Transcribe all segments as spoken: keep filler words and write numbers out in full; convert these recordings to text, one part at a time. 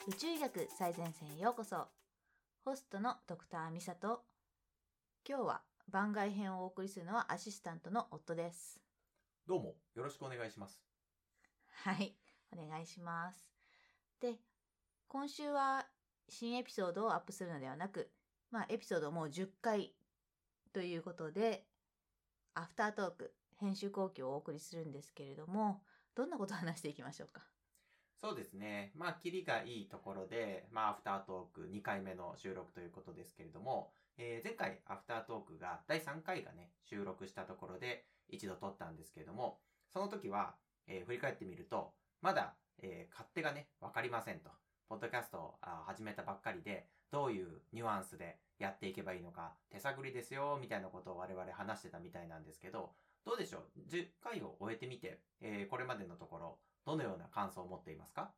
宇宙医学最前線へようこそ。ホストのドクターミサと、今日は番外編をお送りするのはアシスタントの夫です。 どうもよろしくお願いします。 はい、お願いします。で、今週は新エピソードをアップするのではなく、まあエピソードもうじゅっかいということで、アフタートーク、編集後期をお送りするんですけれども、どんなことを話していきましょうか。 そうですね。まあ、キリがいいところで、まあ、アフタートークにかいめの収録ということですけれども、えー前回アフタートークがだいさんかいがね、収録したところで一度撮ったんですけれども、その時は、えー振り返ってみると、まだ、えー勝手がね、わかりませんと。ポッドキャストをあー始めたばっかりで、どういうニュアンスでやっていけばいいのか、手探りですよ、みたいなことを我々話してたみたいなんですけど、どうでしょう ?じゅっかいを終えてみて、えーこれまでのところ、どのような感想を持っていますか？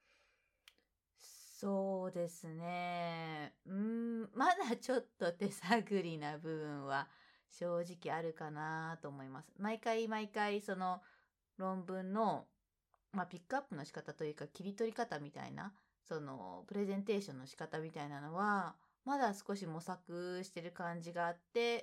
そうですね。うーん、まだちょっと手探りな部分は正直あるかなと思います。毎回毎回その論文の、まあ、ピックアップの仕方というか切り取り方みたいな、そのプレゼンテーションの仕方みたいなのは、まだ少し模索してる感じがあって、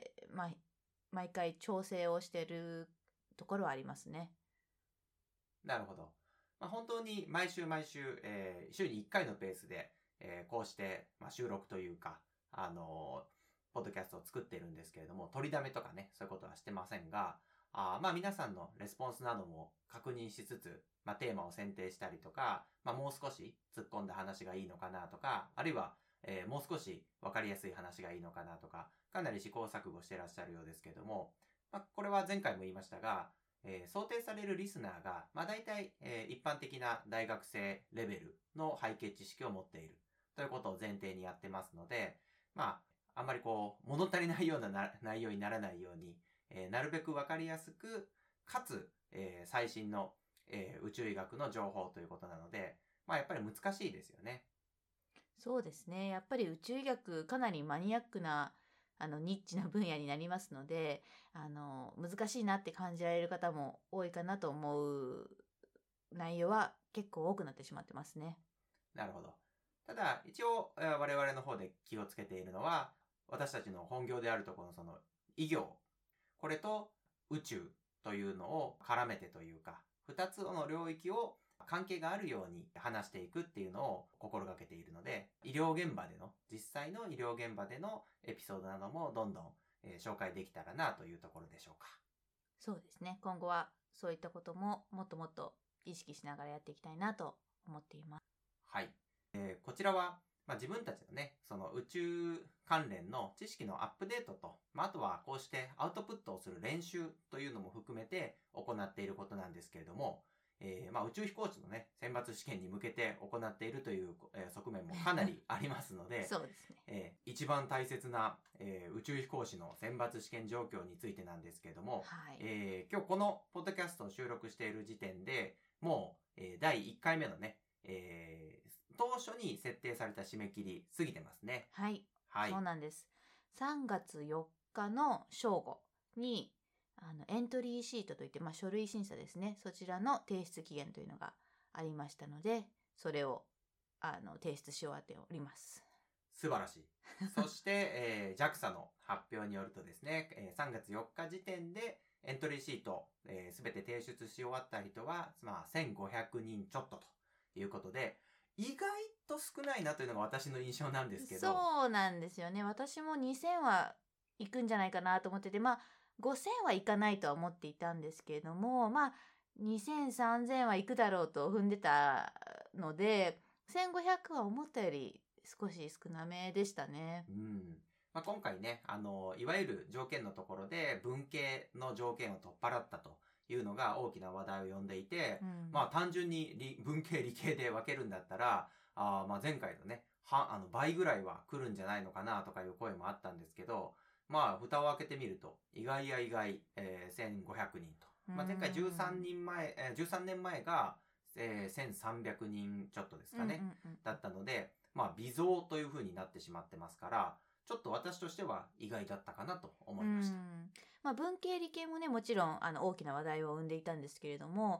まあ、毎回調整をしてるところはありますね。 なるほど。まあ、本当に毎週毎週、えー週にいっかいのペースで、えーこうして、まあ、収録というか、あのーポッドキャストを作ってるんですけれども、取りだめとかね、そういうことはしてませんが、あーまあ皆さんのレスポンスなども確認しつつ、まあテーマを選定したりとか、まあもう少し突っ込んだ話がいいのかなとか、あるいは、えーもう少しわかりやすい話がいいのかなとか、かなり試行錯誤してらっしゃるようですけれども、まあこれは前回も言いましたが、えー想定されるリスナーが、まあ大体、えー一般的な大学生レベルの背景知識を持っているということを前提にやってますので、まあ、あんまりこう、物足りないようなな内容にならないように、えーなるべくわかりやすく、かつ、えー最新の、えー宇宙医学の情報ということなので、まあやっぱり難しいですよね。 そうですね。やっぱり宇宙医学かなりマニアックなあのニッチな分野になりますので、あの難しいなって感じられる方も多いかなと思う内容は結構多くなってしまってますね。 なるほど。ただ、一応、えー我々の方で気をつけているのは、私たちの本業であるところのその、医療。これと宇宙というのを絡めてというか、二つの領域を関係があるように話していくっていうのを心がけているので、医療現場での、実際の医療現場でのエピソードなどもどんどん、えー紹介できたらなというところでしょうか。 そうですね。今後はそういったことももっともっと意識しながらやっていきたいなと思っています。 はい。えーこちらは、まあ、自分たちのね、その宇宙関連の知識のアップデートと、まあ、あとはこうしてアウトプットをする練習というのも含めて行っていることなんですけれども、えーまあ、宇宙飛行士のね、選抜試験に向けて行っているという、えー側面もかなりありますので、 そうですね。 えー一番大切な、えー宇宙飛行士の選抜試験状況についてなんですけれども、 はい。 えー今日このポッドキャストを収録している時点で、もう、えーだいいっかいめのね、えー当初に設定された締め切り過ぎてますね。 はい。 はい。 そうなんです。さんがつよっかの正午に、あの、エントリーシートといって、まあ、書類審査ですね。そちらの提出期限というのがありましたので、それを、あの、提出し終わっております。 素晴らしい。そして、えー ジャクサ の発表によるとですね、えーさんがつよっか時点でエントリーシート、えー、全て提出し終わった人は、まあ、せんごひゃくにんちょっとということで、意外と少ないなというのが私の印象なんですけど。 そうなんですよね。私もにせんは行くんじゃないかなと思ってて、まあ、ごせんは行かないとは思っていたんですけれども、まあ、にせん、さんぜんは行くだろうと踏んでたので、せんごひゃくは思ったより少し少なめでしたね。 うん。まあ、今回ね、あの、いわゆる条件のところで文系の条件を取っ払ったというのが大きな話題を呼んでいて、 うん、 まあ単純に理文系理系で分けるんだったら、あまあ前回のね、は、あの倍ぐらいは来るんじゃないのかなとかいう声もあったんですけど、まあ蓋を開けてみると、意外や意外、えーせんごひゃくにんと。まあ前回じゅうさんにんまえ、えーじゅうさんねんまえが、えーせんさんびゃくにんちょっとですかね、 うんうんうん、 だったので、まあ微増という風になってしまってますから、ちょっと私としては意外だったかなと思いました。 うん、まあ、文系理系もねもちろんあの大きな話題を生んでいたんですけれども、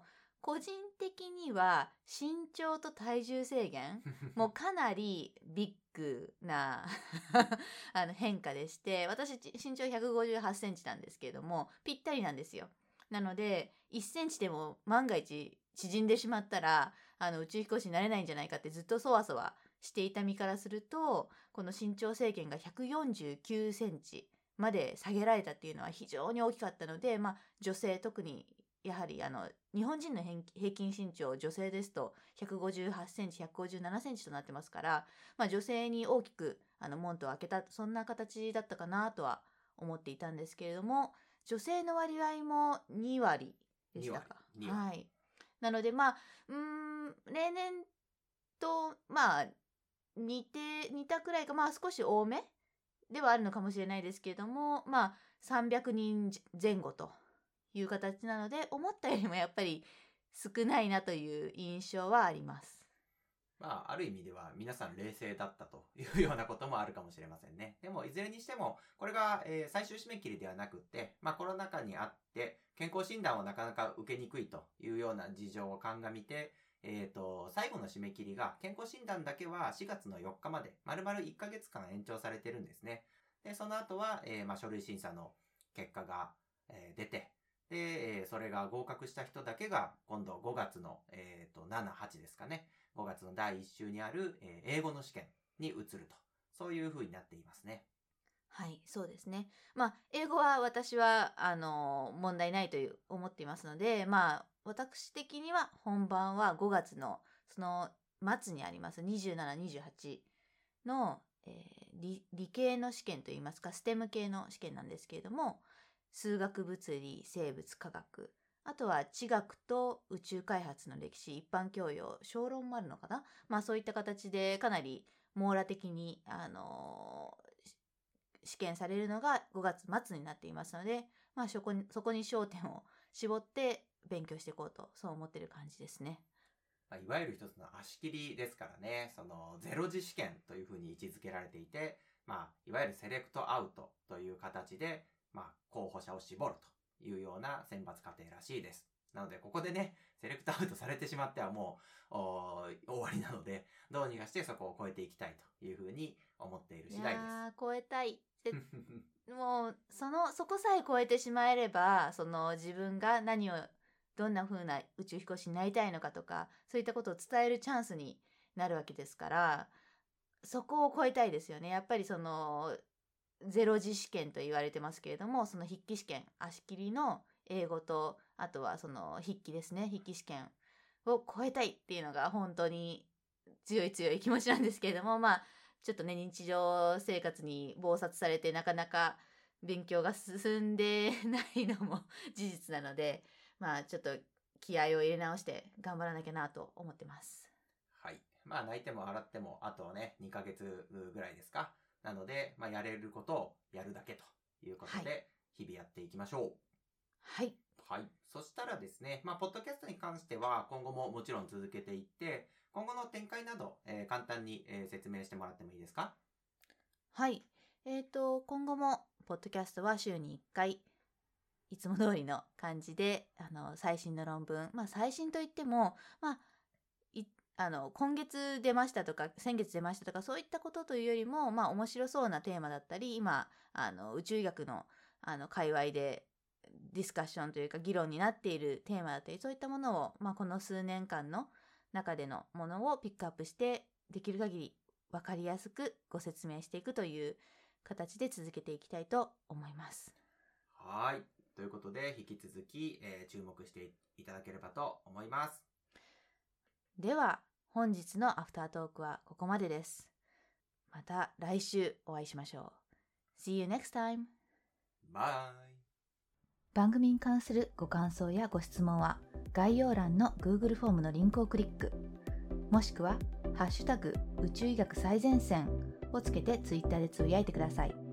個人的には身長と体重制限もうかなりビッグなあの変化でして、私身長ひゃくごじゅうはちセンチなんですけれども、ぴったりなんですよ。なのでいっセンチでも万が一縮んでしまったらあの宇宙飛行士になれないんじゃないかってずっとそわそわしていた身からすると、この身長制限がひゃくよんじゅうきゅうセンチまで下げられたっていうのは非常に大きかったので、まあ、女性特にやはりあの日本人の平均身長、女性ですとひゃくごじゅうはちセンチひゃくごじゅうななセンチとなってますから、まあ、女性に大きくあの門戸を開けた、そんな形だったかなとは思っていたんですけれども、女性の割合もに割でしたか。 に割。 はい。なのでまあうーん例年とまあ似て似たくらいか、まあ少し多めではあるのかもしれないですけれども、まあさんびゃくにんぜん後という形なので、思ったよりもやっぱり少ないなという印象はあります。 まあ、ある意味では皆さん冷静だったというようなこともあるかもしれませんね。でも、いずれにしても、これが、えー最終締め切りではなくって、まあ、コロナ禍にあって、健康診断をなかなか受けにくいというような事情を鑑みて、えっと、最後の締め切りが、健康診断だけはしがつのよっかまで、丸々いっかげつかん延長されてるんですね。で、その後は、えーまあ、書類審査の結果が、えー出て、で、えーそれが合格した人だけが、今度ごがつの、えっと、しち、はちですかね。ごがつのだいいっ週にある、えー英語の試験に移ると。そういう風になっていますね。 はい、そうですね。まあ、英語は私は、あの、問題ないという思っていますので、まあ、私的には本番はごがつの、その末にありますにじゅうなな、にじゅうはちの、えー理、理系の試験といいますか、ステム系の試験なんですけれども、数学、物理、生物、科学、あとは地学と宇宙開発の歴史、一般教養、小論もあるのかな、まあそういった形でかなり網羅的に、あのー試験されるのがごがつ末になっていますので、まあそこに、そこに焦点を絞って勉強していこうと、そう思っている感じですね。 まあ、いわゆる一つの足切りですからね、そのゼロ次試験という風に位置づけられていて、まあ、いわゆるセレクトアウトという形で、まあ、候補者を絞るというような選抜過程らしいです。なので、ここでね、セレクトアウトされてしまってはもう、おー終わりなので、どうにかしてそこを超えていきたいという風に思っている次第です。 いやー、超えたい。でもう、その、そこさえ超えてしまえれば、その自分が何を、どんな風な宇宙飛行士になりたいのかとか、そういったことを伝えるチャンスになるわけですから、そこを超えたいですよね。やっぱりその、ゼロ次試験と言われてますけれども、その筆記試験、足切りの英語と、あとはその筆記ですね、筆記試験を超えたいっていうのが本当に強い強い気持ちなんですけれども、まあ、ちょっとね、日常生活に忙殺されてなかなか勉強が進んでないのも事実なので、まあ、ちょっと気合を入れ直して頑張らなきゃなと思ってます。 はい。まあ、泣いても洗っても、あとね、にかげつぐらいですか。なので、まあ、やれることをやるだけということで、 は日々やっていきましょう。 はい。 はい。そしたらですね、まあ、ポッドキャストに関しては、今後ももちろん続けていって、今後の展開など、えー簡単に、えー説明してもらってもいいですか？ はい。えっと、今後も、ポッドキャストは週にいっかい、いつも通りの感じで、あの、最新の論文、まあ、最新といっても、まあ、いあの、今月出ましたとか、先月出ましたとか、そういったことというよりも、まあ、面白そうなテーマだったり、今、あの、宇宙医学の、あの、界隈で、ディスカッションというか、議論になっているテーマだったり、そういったものを、まあ、この数年間の中でのものをピックアップして、できる限り分かりやすくご説明していくという形で続けていきたいと思います。 はい。ということで、引き続き、えー注目していただければと思います。 では、本日のアフタートークはここまでです。また来週お会いしましょう。See you next time! バイ。 番組に関するご感想やご質問は概要欄の Google フォームのリンクをクリック、もしくはハッシュタグ宇宙医学最前線をつけてツイッターでつぶやいてください。